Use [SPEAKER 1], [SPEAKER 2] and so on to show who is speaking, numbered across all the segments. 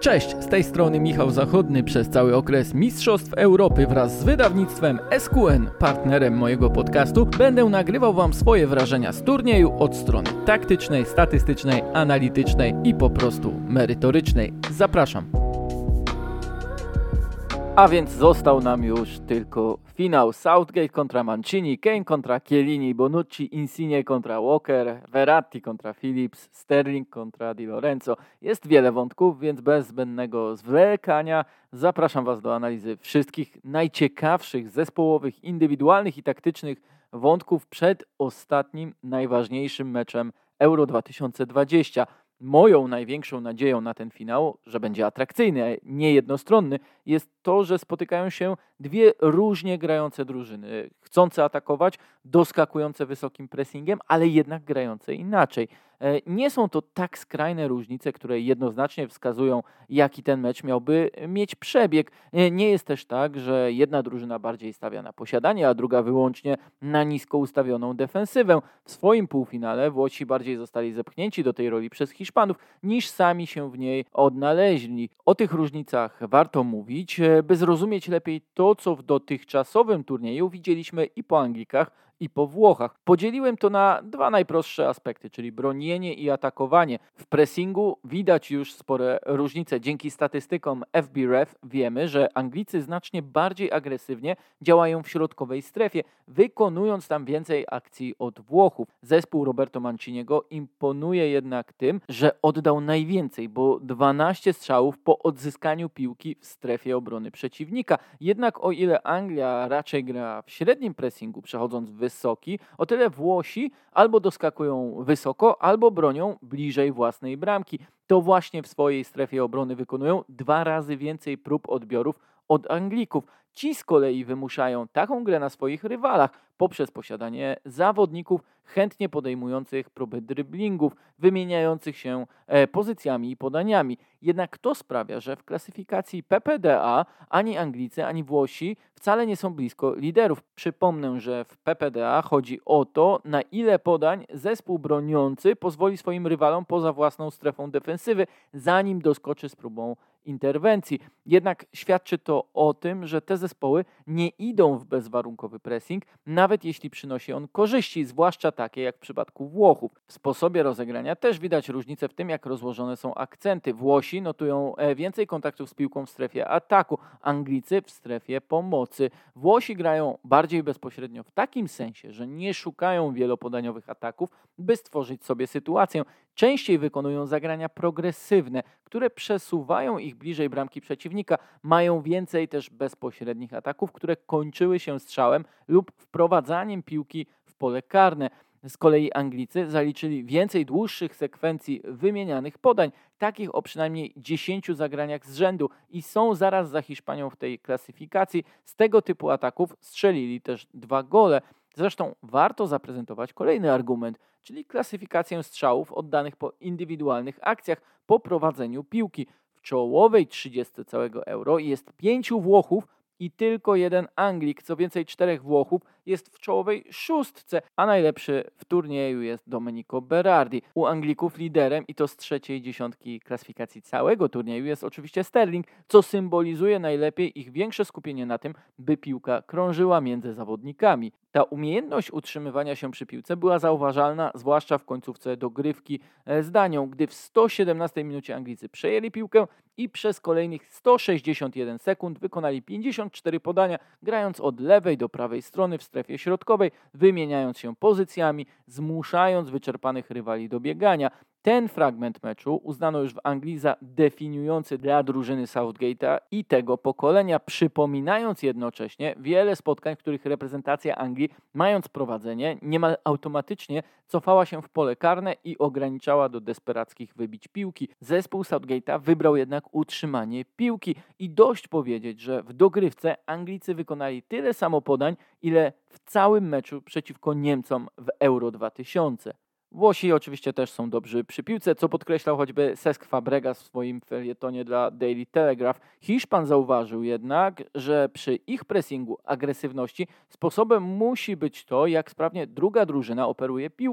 [SPEAKER 1] Cześć, z tej strony Michał Zachodny. Przez cały okres Mistrzostw Europy wraz z wydawnictwem SQN, partnerem mojego podcastu, będę nagrywał Wam swoje wrażenia z turnieju od strony taktycznej, statystycznej, analitycznej i po prostu merytorycznej. Zapraszam. A więc został nam już tylko finał. Southgate kontra Mancini, Kane kontra Chiellini, Bonucci, Insigne kontra Walker, Verratti kontra Phillips, Sterling kontra Di Lorenzo. Jest wiele wątków, więc bez zbędnego zwlekania zapraszam Was do analizy wszystkich najciekawszych zespołowych, indywidualnych i taktycznych wątków przed ostatnim, najważniejszym meczem Euro 2020. Moją największą nadzieją na ten finał, że będzie atrakcyjny, a nie jednostronny, jest to, że spotykają się dwie różnie grające drużyny. Chcące atakować, doskakujące wysokim pressingiem, ale jednak grające inaczej. Nie są to tak skrajne różnice, które jednoznacznie wskazują, jaki ten mecz miałby mieć przebieg. Nie jest też tak, że jedna drużyna bardziej stawia na posiadanie, a druga wyłącznie na nisko ustawioną defensywę. W swoim półfinale Włosi bardziej zostali zepchnięci do tej roli przez Hiszpanów, niż sami się w niej odnaleźli. O tych różnicach warto mówić, by zrozumieć lepiej to, co w dotychczasowym turnieju widzieliśmy i po Anglikach, i po Włochach. Podzieliłem to na dwa najprostsze aspekty, czyli bronienie i atakowanie. W pressingu widać już spore różnice. Dzięki statystykom FBref wiemy, że Anglicy znacznie bardziej agresywnie działają w środkowej strefie, wykonując tam więcej akcji od Włochów. Zespół Roberto Manciniego imponuje jednak tym, że oddał najwięcej, bo 12 strzałów po odzyskaniu piłki w strefie obrony przeciwnika. Jednak o ile Anglia raczej gra w średnim pressingu, przechodząc wysoki, o tyle Włosi albo doskakują wysoko, albo bronią bliżej własnej bramki. To właśnie w swojej strefie obrony wykonują 2 razy więcej prób odbiorów od Anglików. Ci z kolei wymuszają taką grę na swoich rywalach poprzez posiadanie zawodników chętnie podejmujących próby driblingów, wymieniających się pozycjami i podaniami. Jednak to sprawia, że w klasyfikacji PPDA ani Anglicy, ani Włosi wcale nie są blisko liderów. Przypomnę, że w PPDA chodzi o to, na ile podań zespół broniący pozwoli swoim rywalom poza własną strefą defensywy, zanim doskoczy z próbą interwencji. Jednak świadczy to o tym, że te zespoły nie idą w bezwarunkowy pressing, nawet jeśli przynosi on korzyści, zwłaszcza takie jak w przypadku Włochów. W sposobie rozegrania też widać różnicę w tym, jak rozłożone są akcenty. Włosi notują więcej kontaktów z piłką w strefie ataku, Anglicy w strefie pomocy. Włosi grają bardziej bezpośrednio w takim sensie, że nie szukają wielopodaniowych ataków, by stworzyć sobie sytuację. Częściej wykonują zagrania progresywne, które przesuwają ich bliżej bramki przeciwnika. Mają więcej też bezpośrednich ataków, które kończyły się strzałem lub wprowadzaniem piłki w pole karne. Z kolei Anglicy zaliczyli więcej dłuższych sekwencji wymienianych podań, takich o przynajmniej 10 zagraniach z rzędu i są zaraz za Hiszpanią w tej klasyfikacji. Z tego typu ataków strzelili też 2 gole. Zresztą warto zaprezentować kolejny argument, czyli klasyfikację strzałów oddanych po indywidualnych akcjach po prowadzeniu piłki. W czołowej 30 całego Euro jest 5 Włochów i tylko 1 Anglik. Co więcej, 4 Włochów jest w czołowej 6, a najlepszy w turnieju jest Domenico Berardi. U Anglików liderem, i to z 3. dziesiątki klasyfikacji całego turnieju, jest oczywiście Sterling, co symbolizuje najlepiej ich większe skupienie na tym, by piłka krążyła między zawodnikami. Ta umiejętność utrzymywania się przy piłce była zauważalna, zwłaszcza w końcówce dogrywki z Danią, gdy w 117 minucie Anglicy przejęli piłkę i przez kolejnych 161 sekund wykonali 54 podania, grając od lewej do prawej strony w strefie środkowej, wymieniając się pozycjami, zmuszając wyczerpanych rywali do biegania. Ten fragment meczu uznano już w Anglii za definiujący dla drużyny Southgate'a i tego pokolenia, przypominając jednocześnie wiele spotkań, w których reprezentacja Anglii, mając prowadzenie, niemal automatycznie cofała się w pole karne i ograniczała do desperackich wybić piłki. Zespół Southgate'a wybrał jednak utrzymanie piłki i dość powiedzieć, że w dogrywce Anglicy wykonali tyle samo podań, ile w całym meczu przeciwko Niemcom w Euro 2000. Włosi oczywiście też są dobrzy przy piłce, co podkreślał choćby Cesc Fabregas w swoim felietonie dla Daily Telegraph. Hiszpan zauważył jednak, że przy ich pressingu, agresywności sposobem musi być to, jak sprawnie druga drużyna operuje piłką.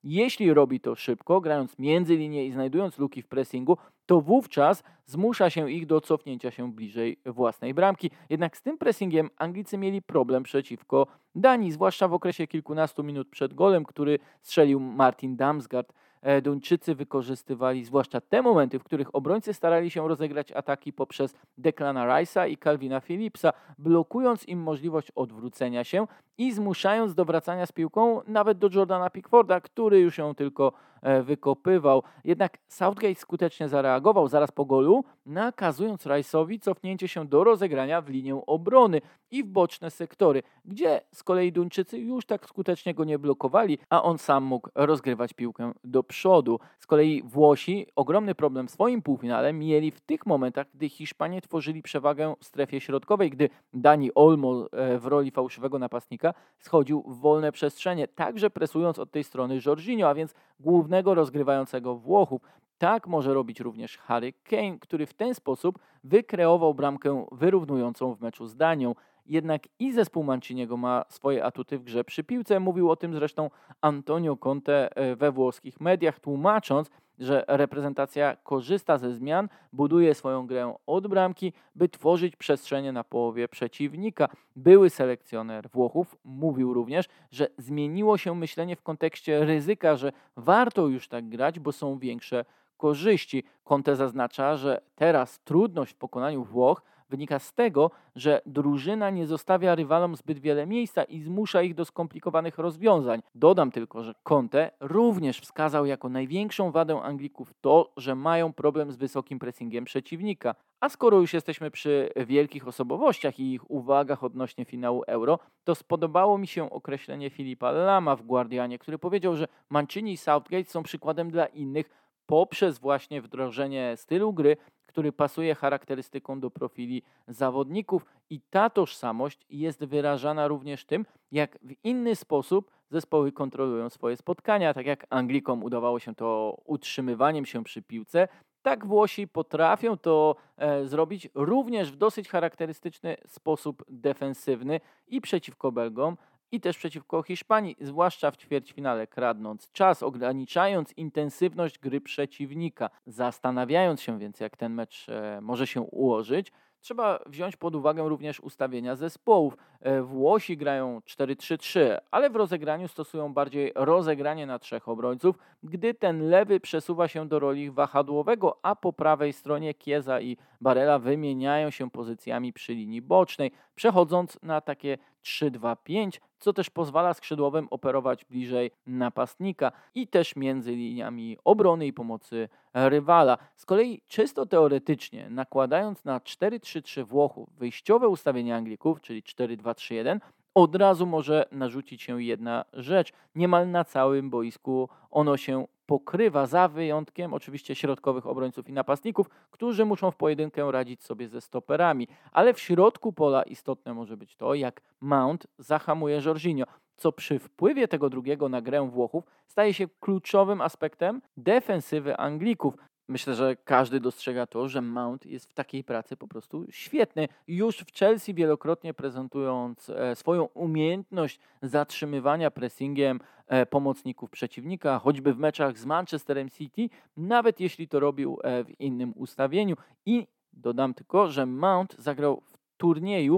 [SPEAKER 1] Jeśli robi to szybko, grając między linię i znajdując luki w pressingu, to wówczas zmusza się ich do cofnięcia się bliżej własnej bramki. Jednak z tym pressingiem Anglicy mieli problem przeciwko Danii, zwłaszcza w okresie kilkunastu minut przed golem, który strzelił Martin Damsgaard. Duńczycy wykorzystywali zwłaszcza te momenty, w których obrońcy starali się rozegrać ataki poprzez Declana Rice'a i Calvina Phillipsa, blokując im możliwość odwrócenia się i zmuszając do wracania z piłką nawet do Jordana Pickforda, który już ją tylko wykopywał. Jednak Southgate skutecznie zareagował zaraz po golu, nakazując Rice'owi cofnięcie się do rozegrania w linię obrony i w boczne sektory, gdzie z kolei Duńczycy już tak skutecznie go nie blokowali, a on sam mógł rozgrywać piłkę do przodu. Z kolei Włosi ogromny problem w swoim półfinale mieli w tych momentach, gdy Hiszpanie tworzyli przewagę w strefie środkowej, gdy Dani Olmo w roli fałszywego napastnika schodził w wolne przestrzenie, także presując od tej strony Jorginho, a więc głównego rozgrywającego Włochów. Tak może robić również Harry Kane, który w ten sposób wykreował bramkę wyrównującą w meczu z Danią. Jednak i zespół Manciniego ma swoje atuty w grze przy piłce. Mówił o tym zresztą Antonio Conte we włoskich mediach, tłumacząc, że reprezentacja korzysta ze zmian, buduje swoją grę od bramki, by tworzyć przestrzenie na połowie przeciwnika. Były selekcjoner Włochów mówił również, że zmieniło się myślenie w kontekście ryzyka, że warto już tak grać, bo są większe korzyści. Conte zaznacza, że teraz trudność w pokonaniu Włoch wynika z tego, że drużyna nie zostawia rywalom zbyt wiele miejsca i zmusza ich do skomplikowanych rozwiązań. Dodam tylko, że Conte również wskazał jako największą wadę Anglików to, że mają problem z wysokim pressingiem przeciwnika. A skoro już jesteśmy przy wielkich osobowościach i ich uwagach odnośnie finału Euro, to spodobało mi się określenie Filipa Lama w Guardianie, który powiedział, że Mancini i Southgate są przykładem dla innych poprzez właśnie wdrożenie stylu gry, który pasuje charakterystyką do profili zawodników i ta tożsamość jest wyrażana również tym, jak w inny sposób zespoły kontrolują swoje spotkania. Tak jak Anglikom udawało się to utrzymywaniem się przy piłce, tak Włosi potrafią to zrobić również w dosyć charakterystyczny sposób defensywny i przeciwko Belgom, i też przeciwko Hiszpanii, zwłaszcza w ćwierćfinale, kradnąc czas, ograniczając intensywność gry przeciwnika. Zastanawiając się więc, jak ten mecz może się ułożyć, trzeba wziąć pod uwagę również ustawienia zespołów. Włosi grają 4-3-3, ale w rozegraniu stosują bardziej rozegranie na trzech obrońców, gdy ten lewy przesuwa się do roli wahadłowego, a po prawej stronie Chiesa i Barella wymieniają się pozycjami przy linii bocznej, przechodząc na takie 3-2-5, co też pozwala skrzydłowym operować bliżej napastnika i też między liniami obrony i pomocy rywala. Z kolei czysto teoretycznie, nakładając na 4-3-3 Włochów wyjściowe ustawienie Anglików, czyli 4-2-3-1, od razu może narzucić się jedna rzecz. Niemal na całym boisku ono się pokrywa, za wyjątkiem oczywiście środkowych obrońców i napastników, którzy muszą w pojedynkę radzić sobie ze stoperami. Ale w środku pola istotne może być to, jak Mount zahamuje Jorginho, co przy wpływie tego drugiego na grę Włochów staje się kluczowym aspektem defensywy Anglików. Myślę, że każdy dostrzega to, że Mount jest w takiej pracy po prostu świetny. Już w Chelsea wielokrotnie prezentując swoją umiejętność zatrzymywania pressingiem pomocników przeciwnika, choćby w meczach z Manchesterem City, nawet jeśli to robił w innym ustawieniu. I dodam tylko, że Mount zagrał w turnieju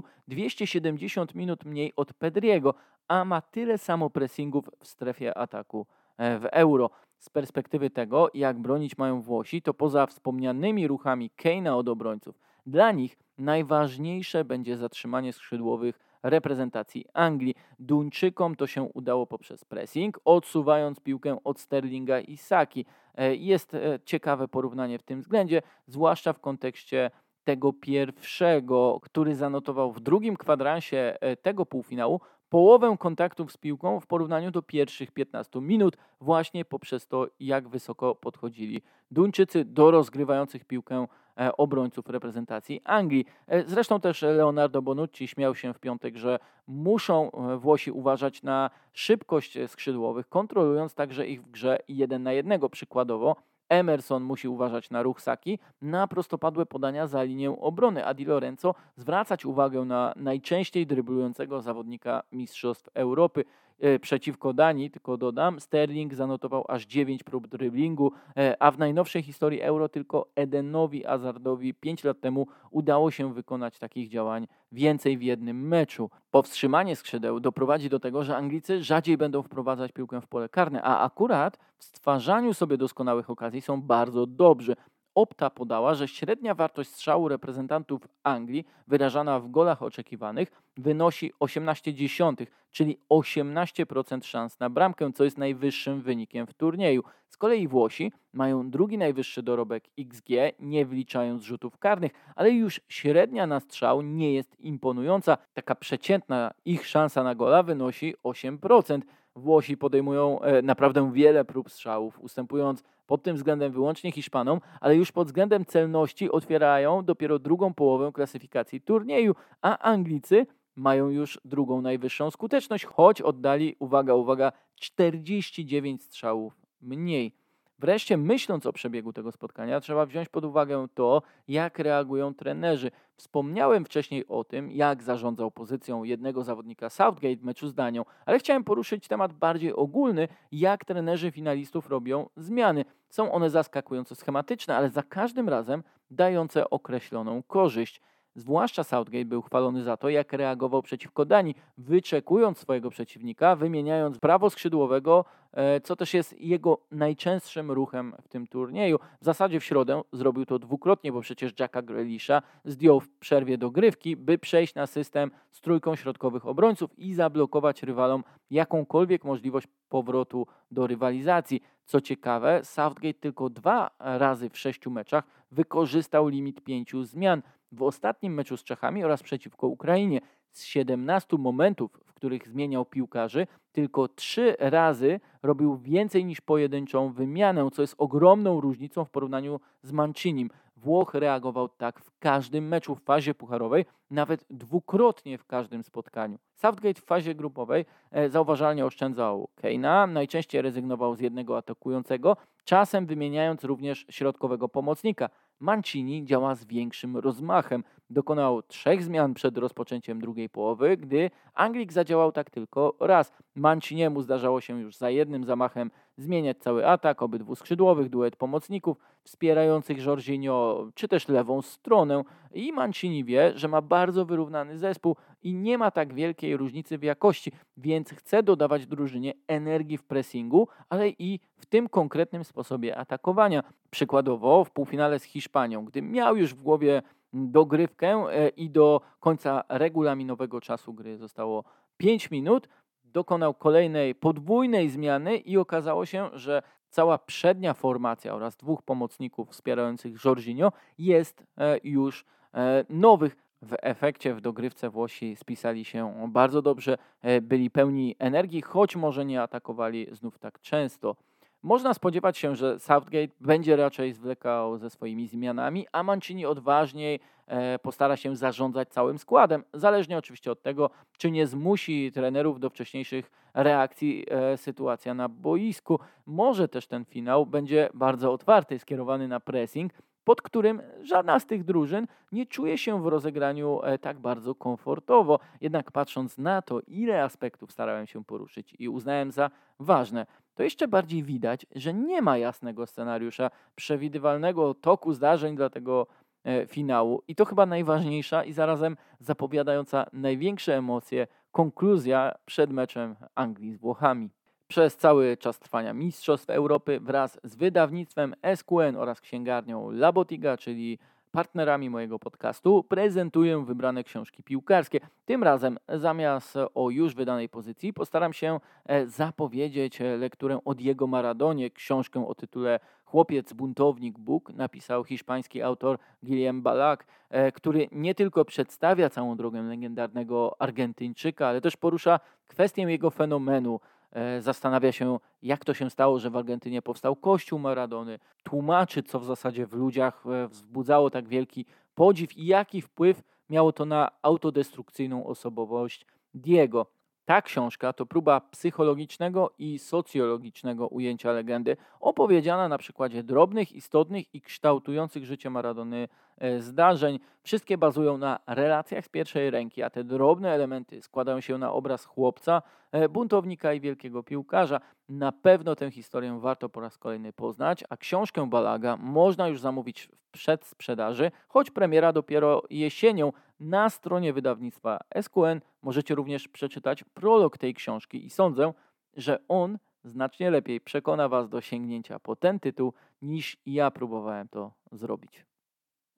[SPEAKER 1] 270 minut mniej od Pedriego, a ma tyle samo pressingów w strefie ataku w Euro. Z perspektywy tego, jak bronić mają Włosi, to poza wspomnianymi ruchami Kane'a od obrońców, dla nich najważniejsze będzie zatrzymanie skrzydłowych reprezentacji Anglii. Duńczykom to się udało poprzez pressing, odsuwając piłkę od Sterlinga i Saki. Jest ciekawe porównanie w tym względzie, zwłaszcza w kontekście tego pierwszego, który zanotował w drugim kwadransie tego półfinału połowę kontaktów z piłką w porównaniu do pierwszych 15 minut, właśnie poprzez to, jak wysoko podchodzili Duńczycy do rozgrywających piłkę obrońców reprezentacji Anglii. Zresztą też Leonardo Bonucci śmiał się w piątek, że muszą Włosi uważać na szybkość skrzydłowych, kontrolując także ich w grze 1 na 1. Przykładowo Emerson musi uważać na ruch Saki, na prostopadłe podania za linię obrony, a Di Lorenzo zwracać uwagę na najczęściej dryblującego zawodnika Mistrzostw Europy. Przeciwko Danii, tylko dodam, Sterling zanotował aż 9 prób driblingu, a w najnowszej historii Euro tylko Edenowi Hazardowi 5 lat temu udało się wykonać takich działań więcej w jednym meczu. Powstrzymanie skrzydeł doprowadzi do tego, że Anglicy rzadziej będą wprowadzać piłkę w pole karne, a akurat w stwarzaniu sobie doskonałych okazji są bardzo dobrzy. Opta podała, że średnia wartość strzału reprezentantów Anglii wyrażana w golach oczekiwanych wynosi 0,18, czyli 18% szans na bramkę, co jest najwyższym wynikiem w turnieju. Z kolei Włosi mają drugi najwyższy dorobek XG, nie wliczając rzutów karnych, ale już średnia na strzał nie jest imponująca. Taka przeciętna ich szansa na gola wynosi 8%. Włosi podejmują naprawdę wiele prób strzałów, ustępując pod tym względem wyłącznie Hiszpanom, ale już pod względem celności otwierają dopiero drugą połowę klasyfikacji turnieju, a Anglicy mają już drugą najwyższą skuteczność, choć oddali, uwaga, 49 strzałów mniej. Wreszcie, myśląc o przebiegu tego spotkania, trzeba wziąć pod uwagę to, jak reagują trenerzy. Wspomniałem wcześniej o tym, jak zarządzał pozycją jednego zawodnika Southgate w meczu z Danią, ale chciałem poruszyć temat bardziej ogólny, jak trenerzy finalistów robią zmiany. Są one zaskakująco schematyczne, ale za każdym razem dające określoną korzyść. Zwłaszcza Southgate był chwalony za to, jak reagował przeciwko Danii, wyczekując swojego przeciwnika, wymieniając prawoskrzydłowego, co też jest jego najczęstszym ruchem w tym turnieju. W zasadzie w środę zrobił to dwukrotnie, bo przecież Jacka Grealisha zdjął w przerwie dogrywki, by przejść na system z trójką środkowych obrońców i zablokować rywalom jakąkolwiek możliwość powrotu do rywalizacji. Co ciekawe, Southgate tylko 2 razy w 6 meczach wykorzystał limit 5 zmian. W ostatnim meczu z Czechami oraz przeciwko Ukrainie z 17 momentów, w których zmieniał piłkarzy, tylko 3 razy robił więcej niż pojedynczą wymianę, co jest ogromną różnicą w porównaniu z Mancinim. Włoch reagował tak w każdym meczu w fazie pucharowej, nawet dwukrotnie w każdym spotkaniu. Southgate w fazie grupowej zauważalnie oszczędzał Kane'a, najczęściej rezygnował z jednego atakującego, czasem wymieniając również środkowego pomocnika. Mancini działa z większym rozmachem. Dokonał 3 zmian przed rozpoczęciem drugiej połowy, gdy Anglik zadziałał tak tylko raz. Manciniemu zdarzało się już za jednym zamachem zmieniać cały atak, obydwu skrzydłowych, duet pomocników wspierających Jorginho, czy też lewą stronę. I Mancini wie, że ma bardzo wyrównany zespół i nie ma tak wielkiej różnicy w jakości, więc chce dodawać drużynie energii w pressingu, ale i w tym konkretnym sposobie atakowania. Przykładowo w półfinale z Hiszpanią, gdy miał już w głowie dogrywkę i do końca regulaminowego czasu gry zostało 5 minut, dokonał kolejnej podwójnej zmiany i okazało się, że cała przednia formacja oraz 2 pomocników wspierających Jorginho jest już nowych. W efekcie w dogrywce Włosi spisali się bardzo dobrze, byli pełni energii, choć może nie atakowali znów tak często. Można spodziewać się, że Southgate będzie raczej zwlekał ze swoimi zmianami, a Mancini odważniej postara się zarządzać całym składem. Zależnie oczywiście od tego, czy nie zmusi trenerów do wcześniejszych reakcji sytuacja na boisku. Może też ten finał będzie bardzo otwarty, skierowany na pressing, pod którym żadna z tych drużyn nie czuje się w rozegraniu tak bardzo komfortowo. Jednak patrząc na to, ile aspektów starałem się poruszyć i uznałem za ważne, to jeszcze bardziej widać, że nie ma jasnego scenariusza, przewidywalnego toku zdarzeń dla tego finału. I to chyba najważniejsza i zarazem zapowiadająca największe emocje konkluzja przed meczem Anglii z Włochami. Przez cały czas trwania Mistrzostw Europy wraz z wydawnictwem SQN oraz księgarnią La Botiga, czyli partnerami mojego podcastu, prezentuję wybrane książki piłkarskie. Tym razem zamiast o już wydanej pozycji postaram się zapowiedzieć lekturę o Diego Maradonie. Książkę o tytule Chłopiec, buntownik, Bóg napisał hiszpański autor Guillem Ballac, który nie tylko przedstawia całą drogę legendarnego Argentyńczyka, ale też porusza kwestię jego fenomenu. Zastanawia się, jak to się stało, że w Argentynie powstał kościół Maradony. Tłumaczy, co w zasadzie w ludziach wzbudzało tak wielki podziw i jaki wpływ miało to na autodestrukcyjną osobowość Diego. Ta książka to próba psychologicznego i socjologicznego ujęcia legendy, opowiedziana na przykładzie drobnych, istotnych i kształtujących życie Maradony zdarzeń. Wszystkie bazują na relacjach z pierwszej ręki, a te drobne elementy składają się na obraz chłopca, buntownika i wielkiego piłkarza. Na pewno tę historię warto po raz kolejny poznać, a książkę Balaga można już zamówić w przedsprzedaży, choć premiera dopiero jesienią. Na stronie wydawnictwa SQN możecie również przeczytać prolog tej książki i sądzę, że on znacznie lepiej przekona Was do sięgnięcia po ten tytuł, niż ja próbowałem to zrobić.